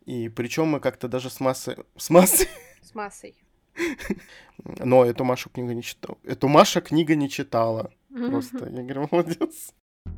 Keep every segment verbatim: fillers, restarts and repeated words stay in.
И причем мы как-то даже с массой... С массой? С массой. Но эту Машу книгу не читала. Эту Маша книга не читала. Просто, я говорю, молодец.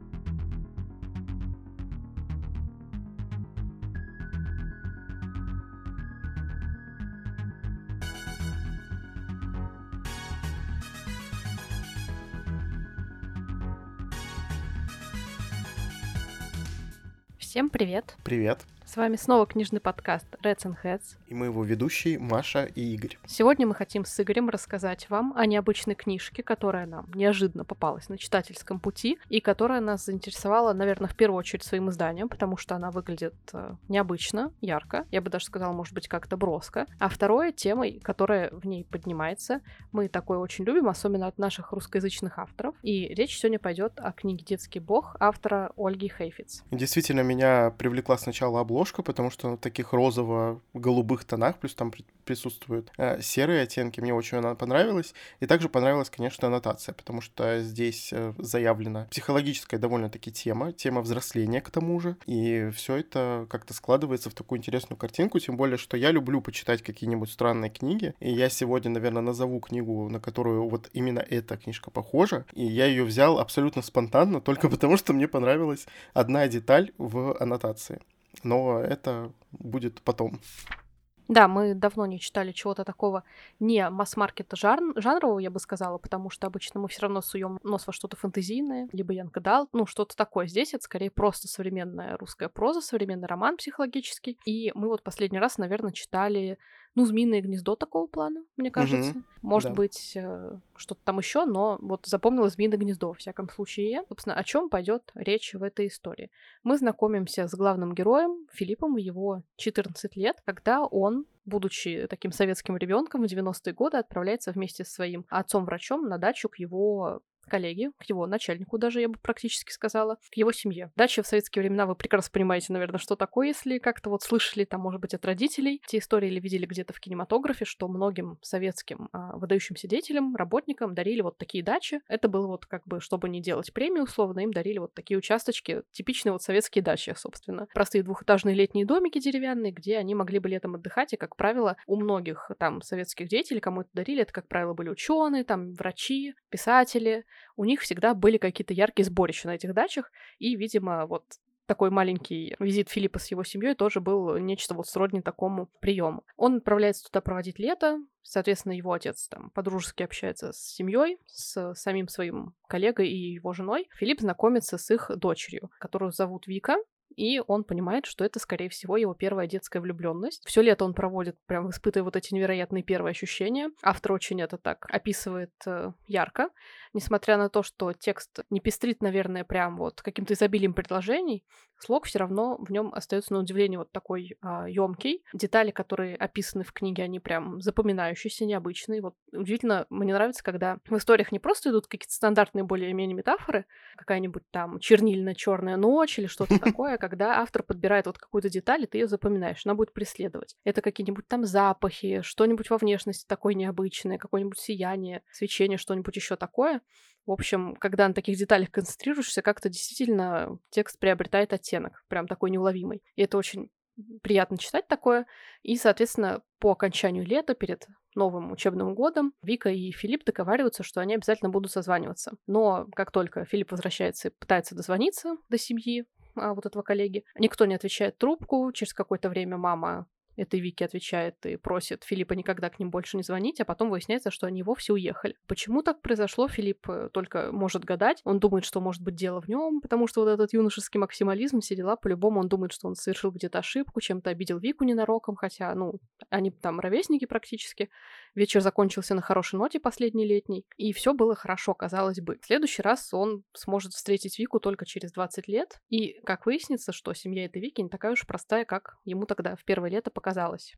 Всем привет. Привет. С вами снова книжный подкаст Reds and Heads. И мы его ведущие Маша и Игорь. Сегодня мы хотим с Игорем рассказать вам о необычной книжке, которая нам неожиданно попалась на читательском пути и которая нас заинтересовала, наверное, в первую очередь своим изданием, потому что она выглядит э, необычно, ярко, я бы даже сказала, может быть, как-то броско. А второе — темой, которая в ней поднимается. Мы такое очень любим, особенно от наших русскоязычных авторов. И речь сегодня пойдет о книге «Детский бог» автора Ольги Хейфиц. Действительно, меня привлекла сначала обложка, потому что в таких розово-голубых тонах, плюс там присутствуют э, серые оттенки, мне очень она понравилась. И также понравилась, конечно, аннотация, потому что здесь э, заявлена психологическая довольно-таки тема, тема взросления к тому же, и все это как-то складывается в такую интересную картинку, тем более, что я люблю почитать какие-нибудь странные книги, и я сегодня, наверное, назову книгу, на которую вот именно эта книжка похожа, и я ее взял абсолютно спонтанно, только потому что мне понравилась одна деталь в аннотации. Но это будет потом. Да, мы давно не читали чего-то такого не масс-маркета жар- жанрового, я бы сказала, потому что обычно мы все равно суем нос во что-то фэнтезийное, либо young adult, ну, что-то такое. Здесь это скорее просто современная русская проза, современный роман психологический. И мы вот последний раз, наверное, читали, ну, «Змеиное гнездо» такого плана, мне кажется. Угу, Может да. быть, э, что-то там еще, но вот запомнила «Змеиное гнездо», во всяком случае. Собственно, о чем пойдет речь в этой истории? Мы знакомимся с главным героем Филиппом, его четырнадцать лет, когда он, будучи таким советским ребенком в девяностые годы, отправляется вместе со своим отцом-врачом на дачу к его коллеге, к его начальнику даже, я бы практически сказала, к его семье. Дача в советские времена, вы прекрасно понимаете, наверное, что такое, если как-то вот слышали, там, может быть, от родителей те истории или видели где-то в кинематографе, что многим советским а, выдающимся деятелям, работникам дарили вот такие дачи. Это было вот как бы, чтобы не делать премию, условно, им дарили вот такие участочки, типичные вот советские дачи, собственно. Простые двухэтажные летние домики деревянные, где они могли бы летом отдыхать, и, как правило, у многих там советских деятелей, кому это дарили, это, как правило, были ученые, там, врачи, писатели. У них всегда были какие-то яркие сборища на этих дачах, и, видимо, вот такой маленький визит Филиппа с его семьей тоже был нечто вот сродни такому приему. Он отправляется туда проводить лето, соответственно, его отец там подружески общается с семьей, с самим своим коллегой и его женой. Филипп знакомится с их дочерью, которую зовут Вика, и он понимает, что это, скорее всего, его первая детская влюбленность. Все лето он проводит, прям испытывая вот эти невероятные первые ощущения. Автор очень это так описывает э, ярко. Несмотря на то, что текст не пестрит, наверное, прям вот каким-то изобилием предложений, слог все равно в нем остается на удивление вот такой а, ёмкий. Детали, которые описаны в книге, они прям запоминающиеся, необычные. Вот удивительно, мне нравится, когда в историях не просто идут какие-то стандартные более-менее метафоры, какая-нибудь там чернильно-черная ночь или что-то такое, когда автор подбирает вот какую-то деталь, и ты ее запоминаешь, она будет преследовать. Это какие-нибудь там запахи, что-нибудь во внешности такое необычное, какое-нибудь сияние, свечение, что-нибудь еще такое. В общем, когда на таких деталях концентрируешься, как-то действительно текст приобретает оттенок, прям такой неуловимый. И это очень приятно читать такое. И, соответственно, по окончанию лета, перед новым учебным годом, Вика и Филипп договариваются, что они обязательно будут созваниваться. Но как только Филипп возвращается и пытается дозвониться до семьи а, вот этого коллеги, никто не отвечает трубку. Через какое-то время мама этой Вики отвечает и просит Филиппа никогда к ним больше не звонить, а потом выясняется, что они вовсе уехали. Почему так произошло, Филипп только может гадать. Он думает, что может быть дело в нем, потому что вот этот юношеский максимализм, все дела, по-любому он думает, что он совершил где-то ошибку, чем-то обидел Вику ненароком, хотя, ну, они там ровесники практически. Вечер закончился на хорошей ноте последний летний, и все было хорошо, казалось бы. В следующий раз он сможет встретить Вику только через двадцать лет, и, как выяснится, что семья этой Вики не такая уж простая, как ему тогда в первое лето показалось.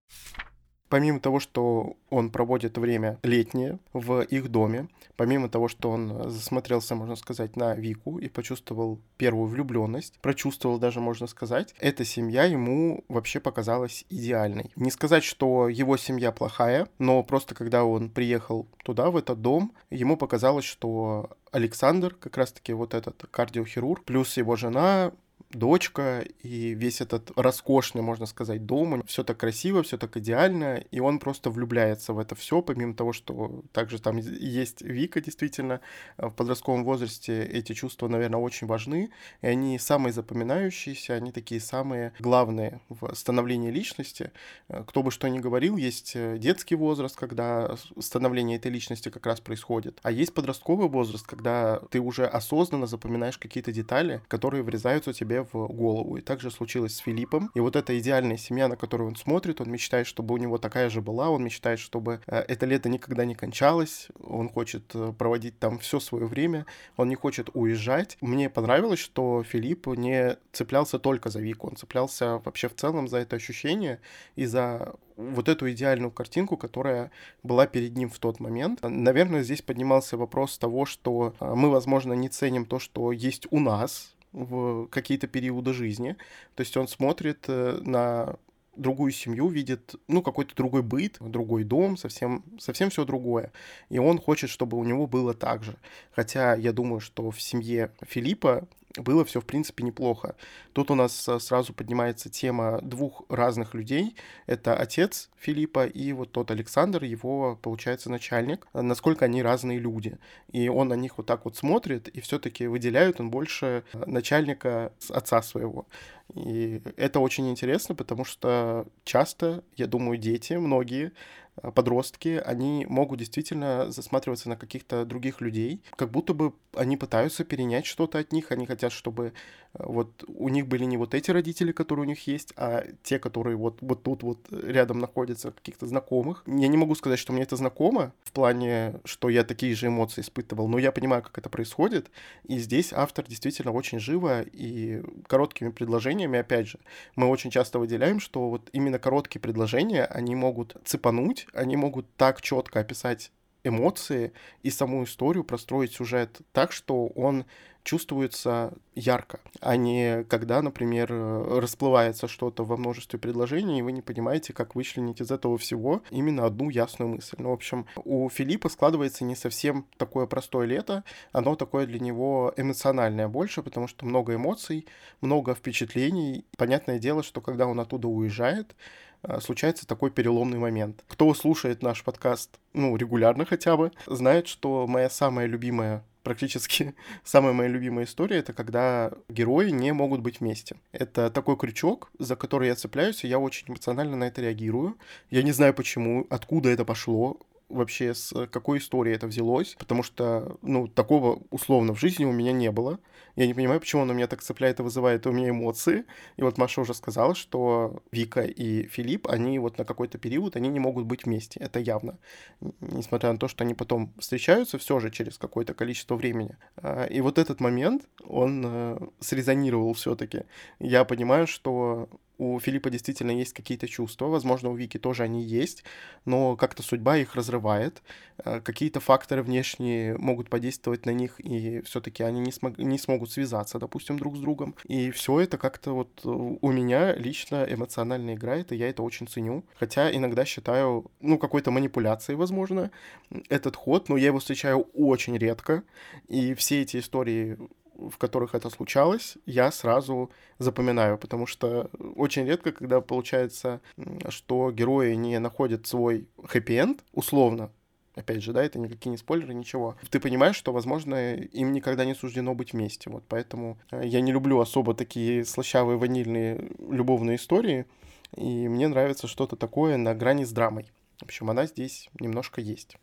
Помимо того, что он проводит время летнее в их доме, помимо того, что он засмотрелся, можно сказать, на Вику и почувствовал первую влюбленность, прочувствовал даже, можно сказать, эта семья ему вообще показалась идеальной. Не сказать, что его семья плохая, но просто когда он приехал туда, в этот дом, ему показалось, что Александр, как раз-таки вот этот кардиохирург, плюс его жена, дочка и весь этот роскошный, можно сказать, дом. Все так красиво, все так идеально, и он просто влюбляется в это все, помимо того, что также там есть Вика, действительно, в подростковом возрасте эти чувства, наверное, очень важны, и они самые запоминающиеся, они такие самые главные в становлении личности. Кто бы что ни говорил, есть детский возраст, когда становление этой личности как раз происходит, а есть подростковый возраст, когда ты уже осознанно запоминаешь какие-то детали, которые врезаются тебе в голову. И также случилось с Филиппом. И вот эта идеальная семья, на которую он смотрит, он мечтает, чтобы у него такая же была, он мечтает, чтобы э, это лето никогда не кончалось, он хочет э, проводить там все свое время, он не хочет уезжать. Мне понравилось, что Филипп не цеплялся только за Вику, он цеплялся вообще в целом за это ощущение и за вот эту идеальную картинку, которая была перед ним в тот момент. Наверное, здесь поднимался вопрос того, что мы, возможно, не ценим то, что есть у нас в какие-то периоды жизни. То есть он смотрит на другую семью, видит, ну, какой-то другой быт, другой дом, совсем, совсем все другое. И он хочет, чтобы у него было так же. Хотя я думаю, что в семье Филиппа было все, в принципе, неплохо. Тут у нас сразу поднимается тема двух разных людей. Это отец Филиппа и вот тот Александр, его, получается, начальник. Насколько они разные люди. И он на них вот так вот смотрит, и все-таки выделяет он больше начальника отца своего. И это очень интересно, потому что часто, я думаю, дети, многие подростки, они могут действительно засматриваться на каких-то других людей, как будто бы они пытаются перенять что-то от них, они хотят, чтобы вот у них были не вот эти родители, которые у них есть, а те, которые вот, вот тут вот рядом находятся, каких-то знакомых. Я не могу сказать, что мне это знакомо, в плане, что я такие же эмоции испытывал, но я понимаю, как это происходит, и здесь автор действительно очень живо и короткими предложениями, опять же, мы очень часто выделяем, что вот именно короткие предложения, они могут цепануть, они могут так четко описать эмоции и саму историю, простроить сюжет так, что он чувствуется ярко, а не когда, например, расплывается что-то во множестве предложений, и вы не понимаете, как вычленить из этого всего именно одну ясную мысль. Ну, в общем, у Филиппа складывается не совсем такое простое лето, оно такое для него эмоциональное больше, потому что много эмоций, много впечатлений. Понятное дело, что когда он оттуда уезжает, случается такой переломный момент. Кто слушает наш подкаст, ну, регулярно хотя бы, знает, что моя самая любимая, практически самая моя любимая история — это когда герои не могут быть вместе. Это такой крючок, за который я цепляюсь, и я очень эмоционально на это реагирую. Я не знаю почему, откуда это пошло, вообще с какой истории это взялось, потому что, ну, такого условно в жизни у меня не было. Я не понимаю, почему оно меня так цепляет и вызывает у меня эмоции. И вот Маша уже сказала, что Вика и Филипп, они вот на какой-то период, они не могут быть вместе. Это явно. Несмотря на то, что они потом встречаются все же через какое-то количество времени. И вот этот момент, он срезонировал все-таки. Я понимаю, что у Филиппа действительно есть какие-то чувства, возможно, у Вики тоже они есть, но как-то судьба их разрывает, какие-то факторы внешние могут подействовать на них, и все-таки они не, смог, не смогут связаться, допустим, друг с другом. И все это как-то вот у меня лично эмоционально играет, и я это очень ценю. Хотя иногда считаю, ну, какой-то манипуляцией, возможно, этот ход, но я его встречаю очень редко, и все эти истории, в которых это случалось, я сразу запоминаю, потому что очень редко, когда получается, что герои не находят свой хэппи-энд, условно, опять же, да, это никакие не спойлеры, ничего. Ты понимаешь, что, возможно, им никогда не суждено быть вместе. Вот поэтому я не люблю особо такие слащавые ванильные любовные истории, и мне нравится что-то такое на грани с драмой. В общем, она здесь немножко есть.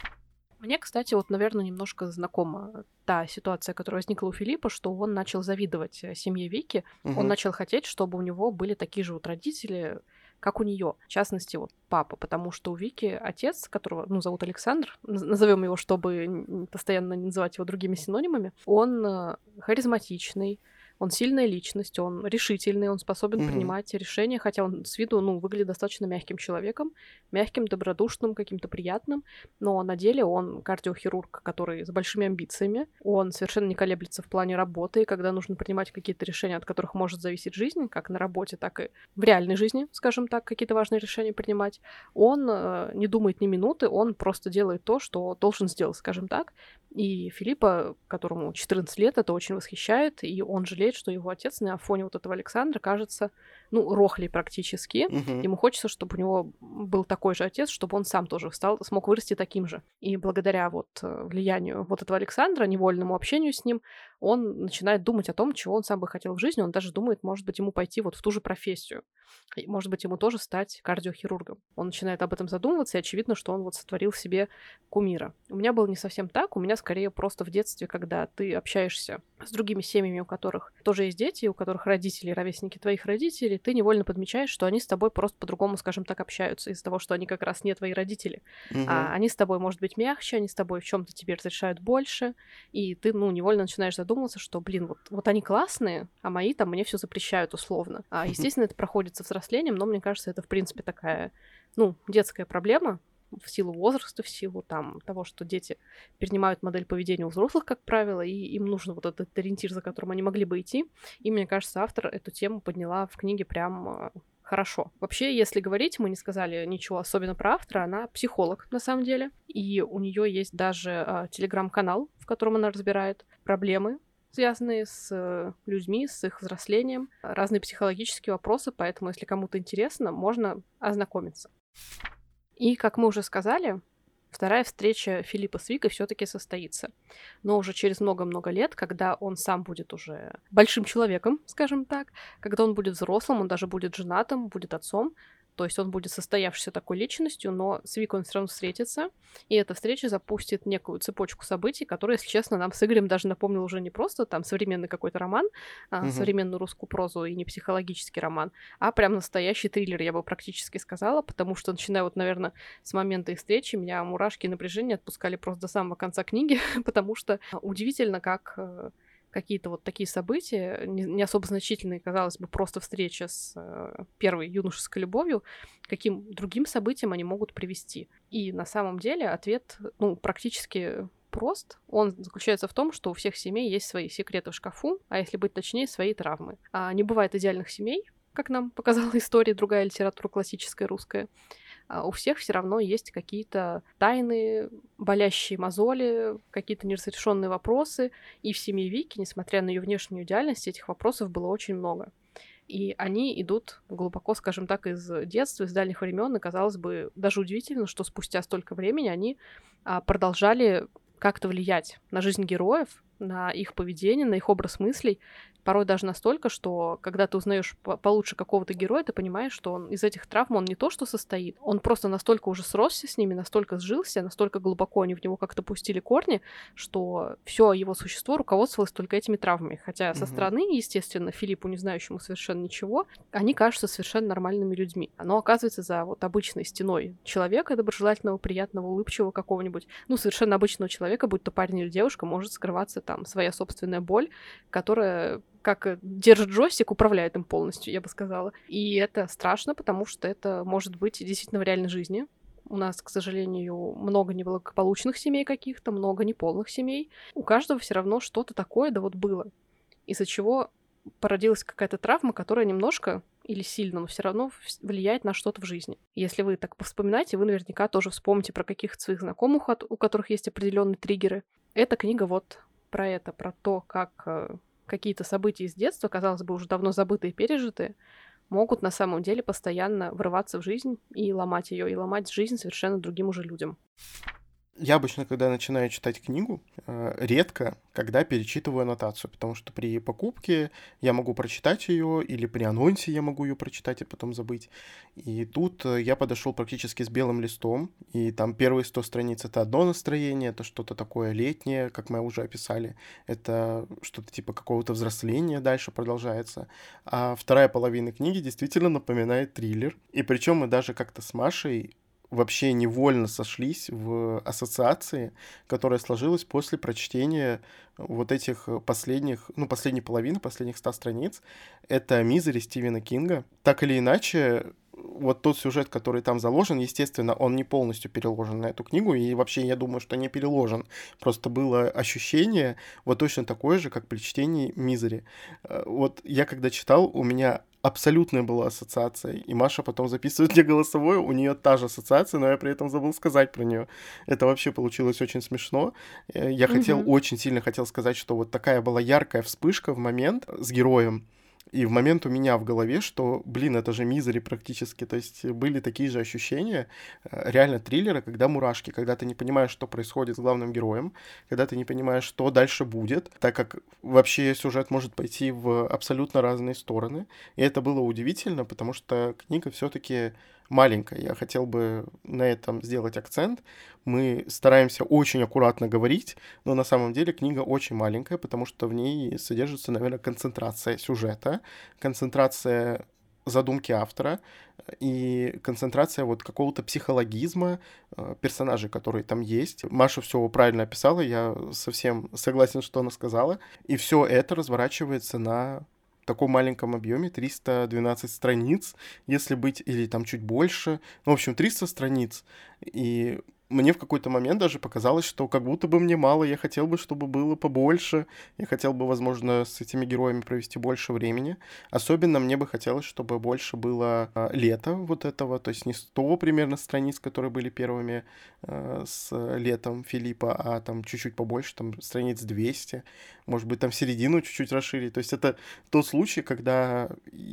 Мне, кстати, вот, наверное, немножко знакома та ситуация, которая возникла у Филиппа, что он начал завидовать семье Вики. Угу. Он начал хотеть, чтобы у него были такие же вот родители, как у нее. В частности, вот папа, потому что у Вики отец, которого, ну, зовут Александр, назовем его, чтобы постоянно не называть его другими синонимами, он харизматичный, он сильная личность, он решительный, он способен mm-hmm. принимать решения, хотя он с виду, ну, выглядит достаточно мягким человеком, мягким, добродушным, каким-то приятным, но на деле он кардиохирург, который с большими амбициями, он совершенно не колеблется в плане работы, и когда нужно принимать какие-то решения, от которых может зависеть жизнь, как на работе, так и в реальной жизни, скажем так, какие-то важные решения принимать, он э, не думает ни минуты, он просто делает то, что должен сделать, скажем так, и Филиппа, которому четырнадцать лет, это очень восхищает, и он жалеет, жалеет, что его отец на фоне вот этого Александра кажется, ну, рохлей практически. Мгм. Ему хочется, чтобы у него был такой же отец, чтобы он сам тоже стал, смог вырасти таким же. И благодаря вот э, влиянию вот этого Александра, невольному общению с ним, он начинает думать о том, чего он сам бы хотел в жизни. Он даже думает, может быть, ему пойти вот в ту же профессию. И, может быть, ему тоже стать кардиохирургом. Он начинает об этом задумываться, и очевидно, что он вот сотворил себе кумира. У меня было не совсем так, у меня скорее просто в детстве, когда ты общаешься с другими семьями, у которых тоже есть дети, у которых родители, ровесники твоих родителей, ты невольно подмечаешь, что они с тобой просто по-другому, скажем так, общаются из-за того, что они как раз не твои родители. Мгм. А они с тобой, может быть, мягче, они с тобой в чем-то тебе разрешают больше, и ты, ну, невольно начинаешь задумываться, что, блин, вот, вот они классные, а мои там мне все запрещают условно. А, естественно, это проходит со взрослением, но мне кажется, это, в принципе, такая, ну, детская проблема, в силу возраста, в силу там того, что дети перенимают модель поведения у взрослых, как правило, и им нужен вот этот ориентир, за которым они могли бы идти. И мне кажется, автор эту тему подняла в книге прям э, хорошо. Вообще, если говорить, мы не сказали ничего особенно про автора, она психолог на самом деле, и у нее есть даже э, телеграм-канал, в котором она разбирает проблемы, связанные с э, людьми, с их взрослением, разные психологические вопросы, поэтому, если кому-то интересно, можно ознакомиться. И, как мы уже сказали, вторая встреча Филиппа с Викой все-таки состоится. Но уже через много-много лет, когда он сам будет уже большим человеком, скажем так, когда он будет взрослым, он даже будет женатым, будет отцом, то есть он будет состоявшейся такой личностью, но с Викой он все равно встретится, и эта встреча запустит некую цепочку событий, которая, если честно, нам с Игорем даже напомнила уже не просто там современный какой-то роман, а, Мгм. современную русскую прозу и не психологический роман, а прям настоящий триллер, я бы практически сказала, потому что, начиная вот, наверное, с момента их встречи, меня мурашки и напряжение отпускали просто до самого конца книги, потому что удивительно, как э, какие-то вот такие события, не, не особо значительные, казалось бы, просто встреча с э, первой юношеской любовью, каким другим событиям они могут привести. И на самом деле ответ, ну, практически прост. Он заключается в том, что у всех семей есть свои секреты в шкафу, а если быть точнее, свои травмы. А не бывает идеальных семей, как нам показала история другая литература классическая русская. А у всех все равно есть какие-то тайны, болящие мозоли, какие-то неразрешенные вопросы. И в семье Вики, несмотря на ее внешнюю идеальность, этих вопросов было очень много. И они идут глубоко, скажем так, из детства, из дальних времен. И, казалось бы, даже удивительно, что спустя столько времени они а, продолжали как-то влиять на жизнь героев, на их поведение, на их образ мыслей. Порой даже настолько, что когда ты узнаешь получше какого-то героя, ты понимаешь, что он из этих травм он не то что состоит, он просто настолько уже сросся с ними, настолько сжился, настолько глубоко они в него как-то пустили корни, что все его существо руководствовалось только этими травмами. Хотя со Мгм. стороны, естественно, Филиппу, не знающему совершенно ничего, они кажутся совершенно нормальными людьми. Но оказывается, за вот обычной стеной человека, доброжелательного, приятного, улыбчивого какого-нибудь, ну, совершенно обычного человека, будь то парень или девушка, может скрываться там своя собственная боль, которая как держит джойстик, управляет им полностью, я бы сказала. И это страшно, потому что это может быть действительно в реальной жизни. У нас, к сожалению, много неблагополучных семей каких-то, много неполных семей. У каждого все равно что-то такое, да вот было. Из-за чего породилась какая-то травма, которая немножко или сильно, но все равно влияет на что-то в жизни. Если вы так вспоминаете, вы наверняка тоже вспомните про каких-то своих знакомых, у которых есть определенные триггеры. Эта книга вот про это, про то, как какие-то события из детства, казалось бы, уже давно забытые и пережитые, могут на самом деле постоянно врываться в жизнь и ломать ее, и ломать жизнь совершенно другим уже людям. Я обычно, когда начинаю читать книгу, э, редко, когда перечитываю аннотацию, потому что при покупке я могу прочитать ее, или при анонсе я могу ее прочитать и потом забыть. И тут э, я подошел практически с белым листом, и там первые сто страниц — это одно настроение, это что-то такое летнее, как мы уже описали, это что-то типа какого-то взросления дальше продолжается. А вторая половина книги действительно напоминает триллер, и причем мы даже как-то с Машей вообще невольно сошлись в ассоциации, которая сложилась после прочтения вот этих последних, ну, последней половины, последних ста страниц. Это «Мизери» Стивена Кинга. Так или иначе, вот тот сюжет, который там заложен, естественно, он не полностью переложен на эту книгу, и вообще я думаю, что не переложен. Просто было ощущение вот точно такое же, как при чтении «Мизери». Вот я когда читал, у меня абсолютная была ассоциация. И Маша потом записывает мне голосовое, у нее та же ассоциация, но я при этом забыл сказать про нее. Это вообще получилось очень смешно. Э, Я хотел, Мгм. очень сильно хотел сказать, что вот такая была яркая вспышка в момент с героем. И в момент у меня в голове, что, блин, это же мизери практически. То есть были такие же ощущения, э, реально триллера, когда мурашки, когда ты не понимаешь, что происходит с главным героем, когда ты не понимаешь, что дальше будет, так как вообще сюжет может пойти в абсолютно разные стороны. И это было удивительно, потому что книга все-таки маленькая. Я хотел бы на этом сделать акцент. Мы стараемся очень аккуратно говорить, но на самом деле книга очень маленькая, потому что в ней содержится, наверное, концентрация сюжета, концентрация задумки автора и концентрация вот какого-то психологизма э, персонажей, которые там есть. Маша все правильно описала, я совсем согласен, что она сказала. И все это разворачивается на таком маленьком объеме, триста двенадцать страниц, если быть, или там чуть больше. Ну, в общем, триста страниц. И мне в какой-то момент даже показалось, что как будто бы мне мало, я хотел бы, чтобы было побольше, я хотел бы, возможно, с этими героями провести больше времени. Особенно мне бы хотелось, чтобы больше было а, лета вот этого, то есть не сто примерно страниц, которые были первыми а, с летом Филиппа, а там чуть-чуть побольше, там страниц двести, может быть, там середину чуть-чуть расширить. То есть это тот случай, когда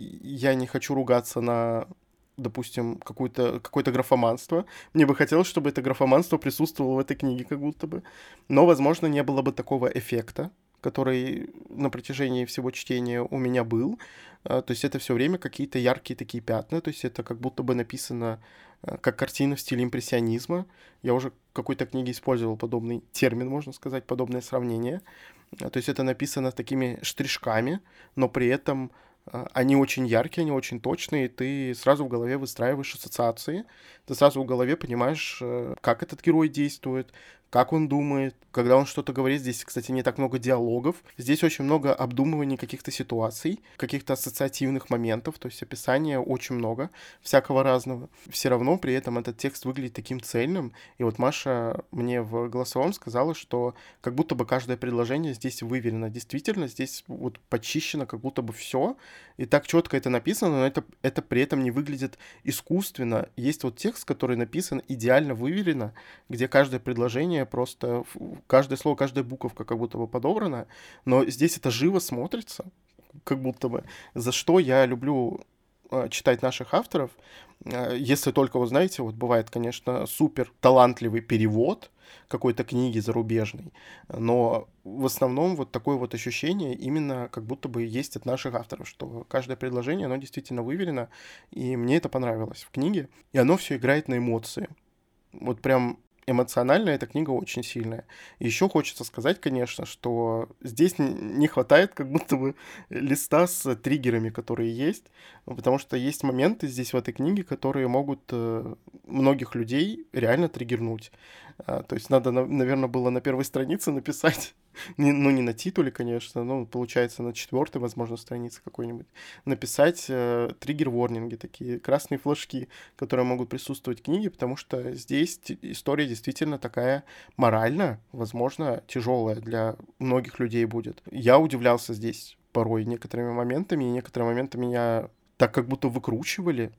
я не хочу ругаться на, допустим, какое-то какое-то графоманство. Мне бы хотелось, чтобы это графоманство присутствовало в этой книге как будто бы. Но, возможно, не было бы такого эффекта, который на протяжении всего чтения у меня был. А, То есть это все время какие-то яркие такие пятна, то есть это как будто бы написано а, как картина в стиле импрессионизма. Я уже в какой-то книге использовал подобный термин, можно сказать, подобное сравнение. А, То есть это написано такими штришками, но при этом а, они очень яркие, они очень точные, и ты сразу в голове выстраиваешь ассоциации, ты сразу в голове понимаешь, э, как этот герой действует, как он думает, когда он что-то говорит. Здесь, кстати, не так много диалогов. Здесь очень много обдумываний каких-то ситуаций, каких-то ассоциативных моментов, то есть описания очень много, всякого разного. Все равно при этом этот текст выглядит таким цельным. И вот Маша мне в голосовом сказала, что как будто бы каждое предложение здесь выверено. Действительно, здесь вот почищено как будто бы все, и так четко это написано, но это, это при этом не выглядит искусственно. Есть вот текст, который написан идеально выверено, где каждое предложение просто, ф- каждое слово, каждая буковка как будто бы подобрана, но здесь это живо смотрится, как будто бы. За что я люблю э, читать наших авторов, э, если только, вы знаете, вот бывает, конечно, супер талантливый перевод какой-то книги зарубежной, но в основном вот такое вот ощущение именно как будто бы есть от наших авторов, что каждое предложение, оно действительно выверено, и мне это понравилось в книге, и оно все играет на эмоции. Вот прям эмоционально эта книга очень сильная. Еще хочется сказать, конечно, что здесь н- не хватает как будто бы листа с триггерами, которые есть, потому что есть моменты здесь в этой книге, которые могут э, многих людей реально триггернуть. А, то есть надо, наверное, было на первой странице написать, не- ну не на титуле, конечно, ну получается на четвертой, возможно, странице какой-нибудь, написать э, триггер-ворнинги, такие красные флажки, которые могут присутствовать в книге, потому что здесь т- история действительно такая морально, возможно, тяжелая для многих людей будет. Я удивлялся здесь порой некоторыми моментами, и некоторые моменты меня так как будто выкручивали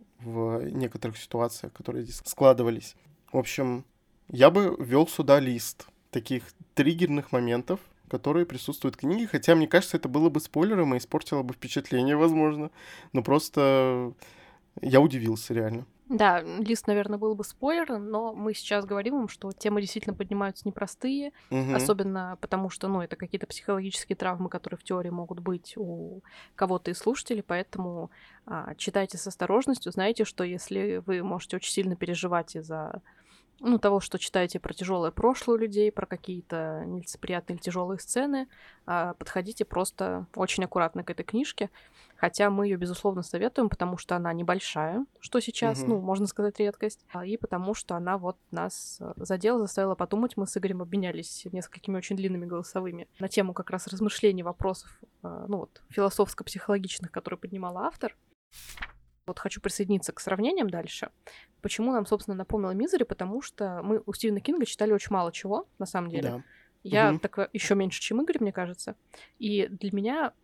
в некоторых ситуациях, которые здесь складывались. В общем, я бы ввел сюда лист таких триггерных моментов, которые присутствуют в книге, хотя, мне кажется, это было бы спойлером и испортило бы впечатление, возможно. Но просто я удивился реально. Да, лист, наверное, был бы спойлер, но мы сейчас говорим вам, что темы действительно поднимаются непростые, Угу, особенно потому что, ну, это какие-то психологические травмы, которые в теории могут быть у кого-то из слушателей, поэтому а, читайте с осторожностью, знайте, что если вы можете очень сильно переживать из-за ну, того, что читаете про тяжелое прошлое у людей, про какие-то нелицеприятные или тяжелые сцены, а, подходите просто очень аккуратно к этой книжке. Хотя мы ее, безусловно, советуем, потому что она небольшая, что сейчас, угу, ну, можно сказать, редкость, а, и потому что она вот нас э, задела, заставила подумать. Мы с Игорем обменялись несколькими очень длинными голосовыми на тему как раз размышлений, вопросов, а, ну вот, философско-психологичных, которые поднимала автор. Вот хочу присоединиться к сравнениям дальше. Почему нам, собственно, напомнила Мизери? Потому что мы у Стивена Кинга читали очень мало чего, на самом деле. да. Я Угу, так еще меньше, чем Игорь, мне кажется. И для меня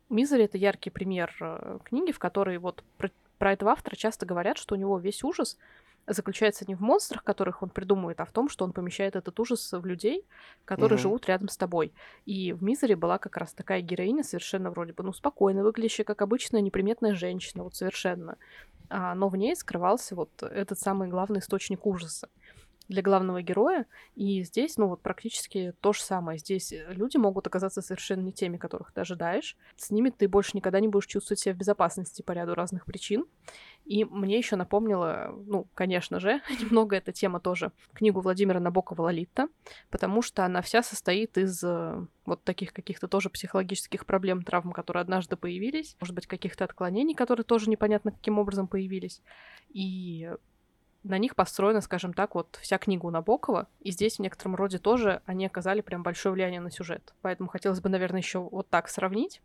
«Мизери» — это яркий пример э, книги, в которой вот про, про этого автора часто говорят, что у него весь ужас заключается не в монстрах, которых он придумывает, а в том, что он помещает этот ужас в людей, которые Мгм. живут рядом с тобой. И в «Мизери» была как раз такая героиня, совершенно вроде бы, ну, спокойно выглядящая, как обычная неприметная женщина, вот совершенно. А, но в ней скрывался вот этот самый главный источник ужаса для главного героя. И здесь, ну вот практически то же самое. Здесь э, люди могут оказаться совершенно не теми, которых ты ожидаешь. С ними ты больше никогда не будешь чувствовать себя в безопасности по ряду разных причин. И мне еще напомнила, ну, конечно же, немного эта тема тоже, книгу Владимира Набокова «Лолита», потому что она вся состоит из э, вот таких каких-то тоже психологических проблем, травм, которые однажды появились, может быть, каких-то отклонений, которые тоже непонятно каким образом появились. И на них построена, скажем так, вот вся книга у Набокова, и здесь в некотором роде тоже они оказали прям большое влияние на сюжет. Поэтому хотелось бы, наверное, еще вот так сравнить.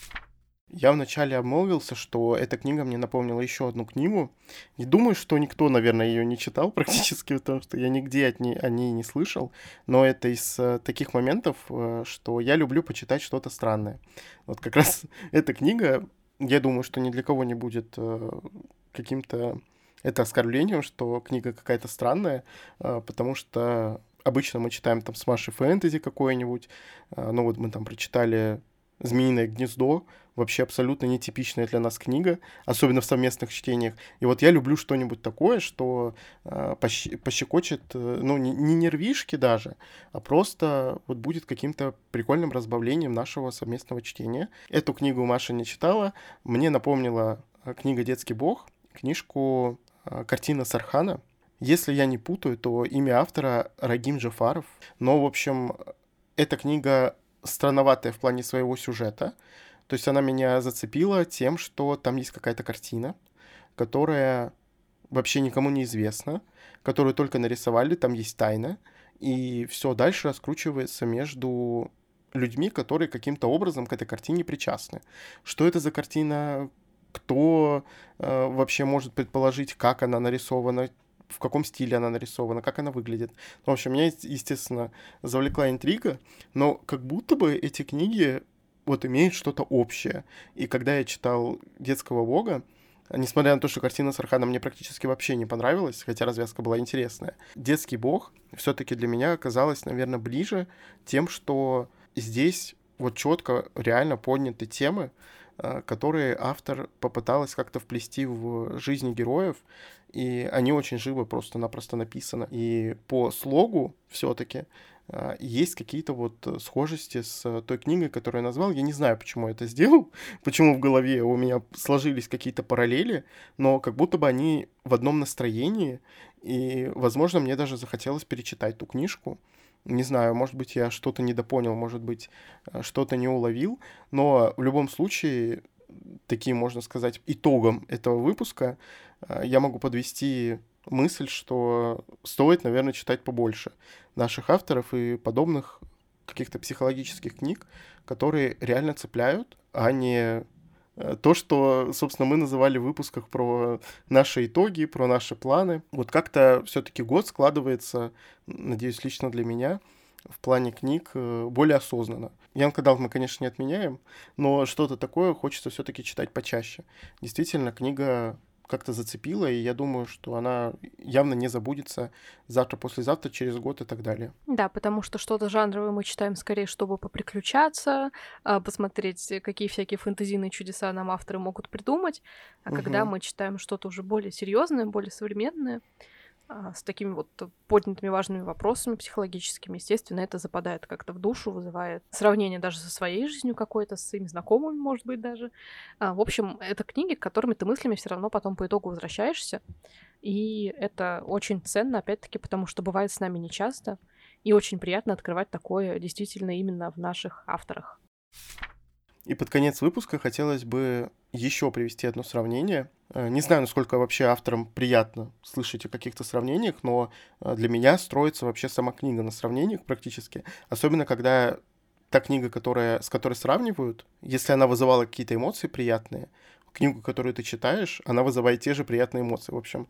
Я вначале обмолвился, что эта книга мне напомнила еще одну книгу. Не думаю, что никто, наверное, ее не читал практически, потому что я нигде от ней, о ней не слышал. Но это из э, таких моментов, э, что я люблю почитать что-то странное. Вот как раз эта книга, я думаю, что ни для кого не будет э, каким-то это оскорблением, что книга какая-то странная, э, потому что обычно мы читаем там с Машей фэнтези какое-нибудь, э, ну вот мы там прочитали «Змеиное гнездо», вообще абсолютно нетипичная для нас книга, особенно в совместных чтениях. И вот я люблю что-нибудь такое, что э, пощ- пощекочет, э, ну, не, не нервишки даже, а просто вот будет каким-то прикольным разбавлением нашего совместного чтения. Эту книгу Маша не читала. Мне напомнила э, книга «Детский бог», книжку э, «Картина Сархана». Если я не путаю, то имя автора Рагим Джафаров. Но, в общем, эта книга странноватая в плане своего сюжета. То есть она меня зацепила тем, что там есть какая-то картина, которая вообще никому не известна, которую только нарисовали, там есть тайна, и все дальше раскручивается между людьми, которые каким-то образом к этой картине причастны. Что это за картина, кто э, вообще может предположить, как она нарисована, в каком стиле она нарисована, как она выглядит. Ну, в общем, меня, естественно, завлекла интрига, но как будто бы эти книги вот имеют что-то общее. И когда я читал «Детского бога», несмотря на то, что картина Сархана мне практически вообще не понравилась, хотя развязка была интересная, «Детский бог» все-таки для меня оказалось, наверное, ближе тем, что здесь вот четко реально подняты темы, э, которые автор попыталась как-то вплести в жизни героев, и они очень живо просто-напросто написаны. И по слогу все-таки есть какие-то вот схожести с той книгой, которую я назвал. Я не знаю, почему я это сделал, почему в голове у меня сложились какие-то параллели, но как будто бы они в одном настроении, и, возможно, мне даже захотелось перечитать ту книжку. Не знаю, может быть, я что-то недопонял, может быть, э, что-то не уловил, но в любом случае, таким, можно сказать, итогом этого выпуска э, я могу подвести мысль, что стоит, наверное, читать побольше наших авторов и подобных каких-то психологических книг, которые реально цепляют, а не э, то, что, собственно, мы называли в выпусках про наши итоги, про наши планы. Вот как-то все-таки год складывается, надеюсь, лично для меня, в плане книг э, более осознанно. Янка Далт мы, конечно, не отменяем, но что-то такое хочется все-таки читать почаще. Действительно, книга как-то зацепила, и я думаю, что она явно не забудется завтра-послезавтра, через год и так далее. Да, потому что что-то жанровое мы читаем скорее, чтобы поприключаться, а, посмотреть, э, какие всякие фэнтезийные чудеса нам авторы могут придумать. А когда Мгм. мы читаем что-то уже более серьезное, более современное, а, с такими вот поднятыми важными вопросами психологическими, естественно, это западает как-то в душу, вызывает сравнение даже со своей жизнью какой-то, с своими знакомыми, может быть, даже. А, в общем, это книги, к которым ты мыслями все равно потом по итогу возвращаешься. И это очень ценно, опять-таки, потому что бывает с нами нечасто. И очень приятно открывать такое действительно именно в наших авторах. И под конец выпуска хотелось бы еще привести одно сравнение. Э, Не знаю, насколько вообще авторам приятно слышать о каких-то сравнениях, но э, для меня строится вообще сама книга на сравнениях практически. Особенно, когда та книга, которая, с которой сравнивают, если она вызывала какие-то эмоции приятные, книгу, которую ты читаешь, она вызывает те же приятные эмоции. В общем,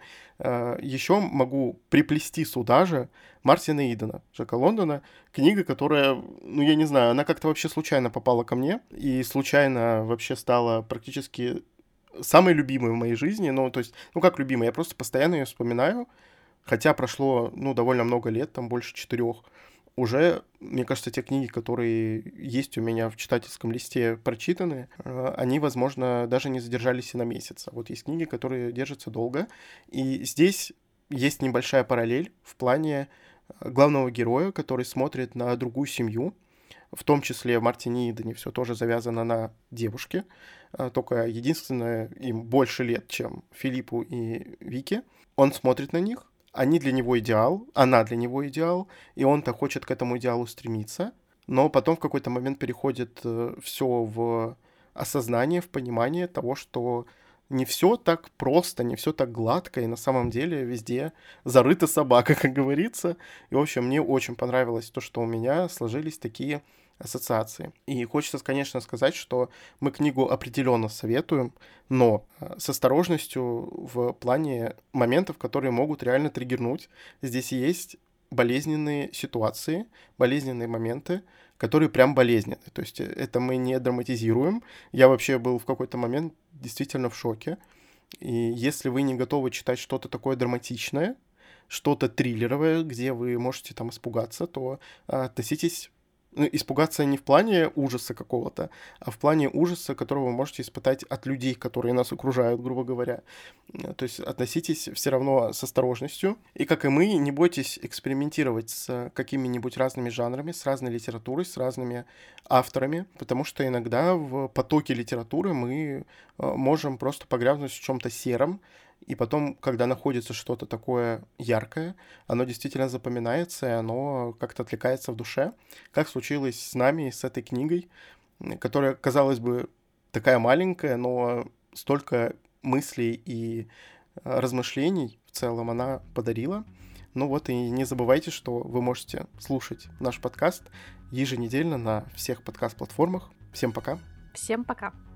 еще могу приплести сюда же Мартина Идена, Джека Лондона, книга, которая, ну, я не знаю, она как-то вообще случайно попала ко мне и случайно вообще стала практически самой любимой в моей жизни. Ну, то есть, ну, как любимой, я просто постоянно ее вспоминаю, хотя прошло, ну, довольно много лет, там больше четырех. Уже, мне кажется, те книги, которые есть у меня в читательском листе прочитаны, они, возможно, даже не задержались и на месяц. Вот есть книги, которые держатся долго. И здесь есть небольшая параллель в плане главного героя, который смотрит на другую семью. В том числе в Мартине Идене все тоже завязано на девушке. Только единственное, им больше лет, чем Филиппу и Вике. Он смотрит на них. Они для него идеал, она для него идеал, и он-то хочет к этому идеалу стремиться, но потом в какой-то момент переходит все в осознание, в понимание того, что не все так просто, не все так гладко, и на самом деле везде зарыта собака, как говорится. И, в общем, мне очень понравилось то, что у меня сложились такие ассоциации. И хочется, конечно, сказать, что мы книгу определенно советуем, но с осторожностью в плане моментов, которые могут реально триггернуть. Здесь есть болезненные ситуации, болезненные моменты, которые прям болезненные. То есть это мы не драматизируем. Я вообще был в какой-то момент действительно в шоке. И если вы не готовы читать что-то такое драматичное, что-то триллеровое, где вы можете там испугаться, то относитесь... Ну, испугаться не в плане ужаса какого-то, а в плане ужаса, которого вы можете испытать от людей, которые нас окружают, грубо говоря. То есть относитесь все равно с осторожностью. И, как и мы, не бойтесь экспериментировать с какими-нибудь разными жанрами, с разной литературой, с разными авторами, потому что иногда в потоке литературы мы можем просто погрязнуть в чем-то сером, и потом, когда находится что-то такое яркое, оно действительно запоминается, и оно как-то отвлекается в душе, как случилось с нами, с этой книгой, которая, казалось бы, такая маленькая, но столько мыслей и размышлений в целом она подарила. Ну вот и не забывайте, что вы можете слушать наш подкаст еженедельно на всех подкаст-платформах. Всем пока! Всем пока!